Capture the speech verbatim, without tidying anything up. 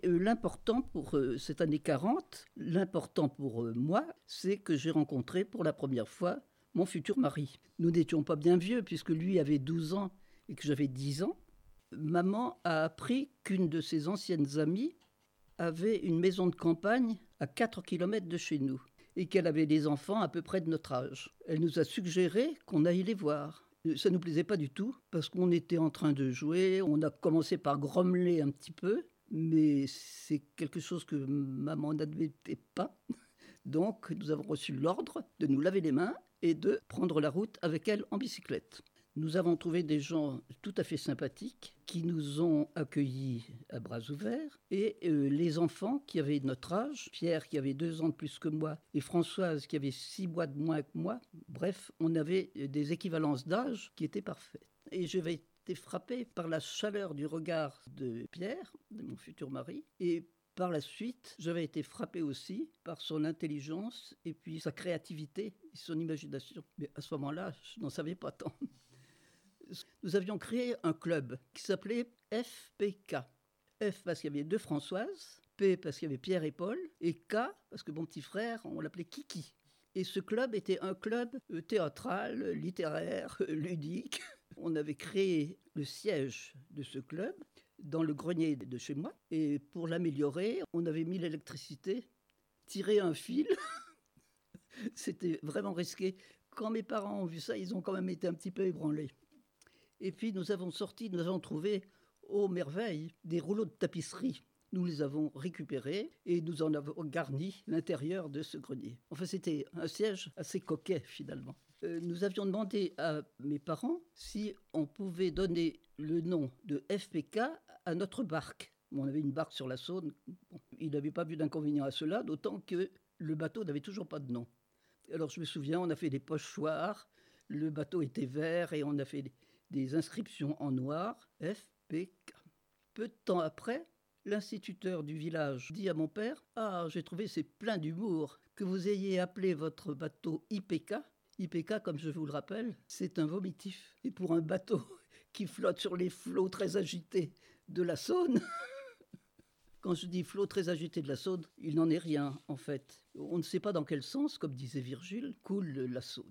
Euh, l'important pour euh, cette année quarante, l'important pour euh, moi, c'est que j'ai rencontré pour la première fois mon futur mari. Nous n'étions pas bien vieux puisque lui avait douze ans et que j'avais dix ans. Maman a appris qu'une de ses anciennes amies avait une maison de campagne à quatre kilomètres de chez nous et qu'elle avait des enfants à peu près de notre âge. Elle nous a suggéré qu'on aille les voir. Ça ne nous plaisait pas du tout parce qu'on était en train de jouer, on a commencé par grommeler un petit peu, mais c'est quelque chose que maman n'admettait pas. Donc nous avons reçu l'ordre de nous laver les mains et de prendre la route avec elle en bicyclette. Nous avons trouvé des gens tout à fait sympathiques qui nous ont accueillis à bras ouverts et euh, les enfants qui avaient notre âge, Pierre qui avait deux ans de plus que moi et Françoise qui avait six mois de moins que moi, bref, on avait des équivalences d'âge qui étaient parfaites. Et j'avais été frappé par la chaleur du regard de Pierre, de mon futur mari, et par la suite, j'avais été frappé aussi par son intelligence et puis sa créativité et son imagination. Mais à ce moment-là, je n'en savais pas tant. Nous avions créé un club qui s'appelait F P K. F parce qu'il y avait deux Françoises, P parce qu'il y avait Pierre et Paul, et K parce que mon petit frère, on l'appelait Kiki. Et ce club était un club théâtral, littéraire, ludique. On avait créé le siège de ce club dans le grenier de chez moi. Et pour l'améliorer, on avait mis l'électricité, tiré un fil. C'était vraiment risqué. Quand mes parents ont vu ça, ils ont quand même été un petit peu ébranlés. Et puis nous avons sorti, nous avons trouvé, ô merveille, des rouleaux de tapisserie. Nous les avons récupérés et nous en avons garni l'intérieur de ce grenier. Enfin, c'était un siège assez coquet finalement. Euh, nous avions demandé à mes parents si on pouvait donner le nom de F P K à notre barque. On avait une barque sur la Saône. Bon, ils n'avaient pas vu d'inconvénient à cela, d'autant que le bateau n'avait toujours pas de nom. Alors je me souviens, on a fait des pochoirs, le bateau était vert et on a fait des, des inscriptions en noir, F P K. Peu de temps après, l'instituteur du village dit à mon père « Ah, j'ai trouvé c'est plein d'humour que vous ayez appelé votre bateau I P K. I P K, comme je vous le rappelle, c'est un vomitif. Et pour un bateau qui flotte sur les flots très agités de la Saône, quand je dis flot très agité de la Saône, il n'en est rien en fait. On ne sait pas dans quel sens, comme disait Virgile, coule la Saône. »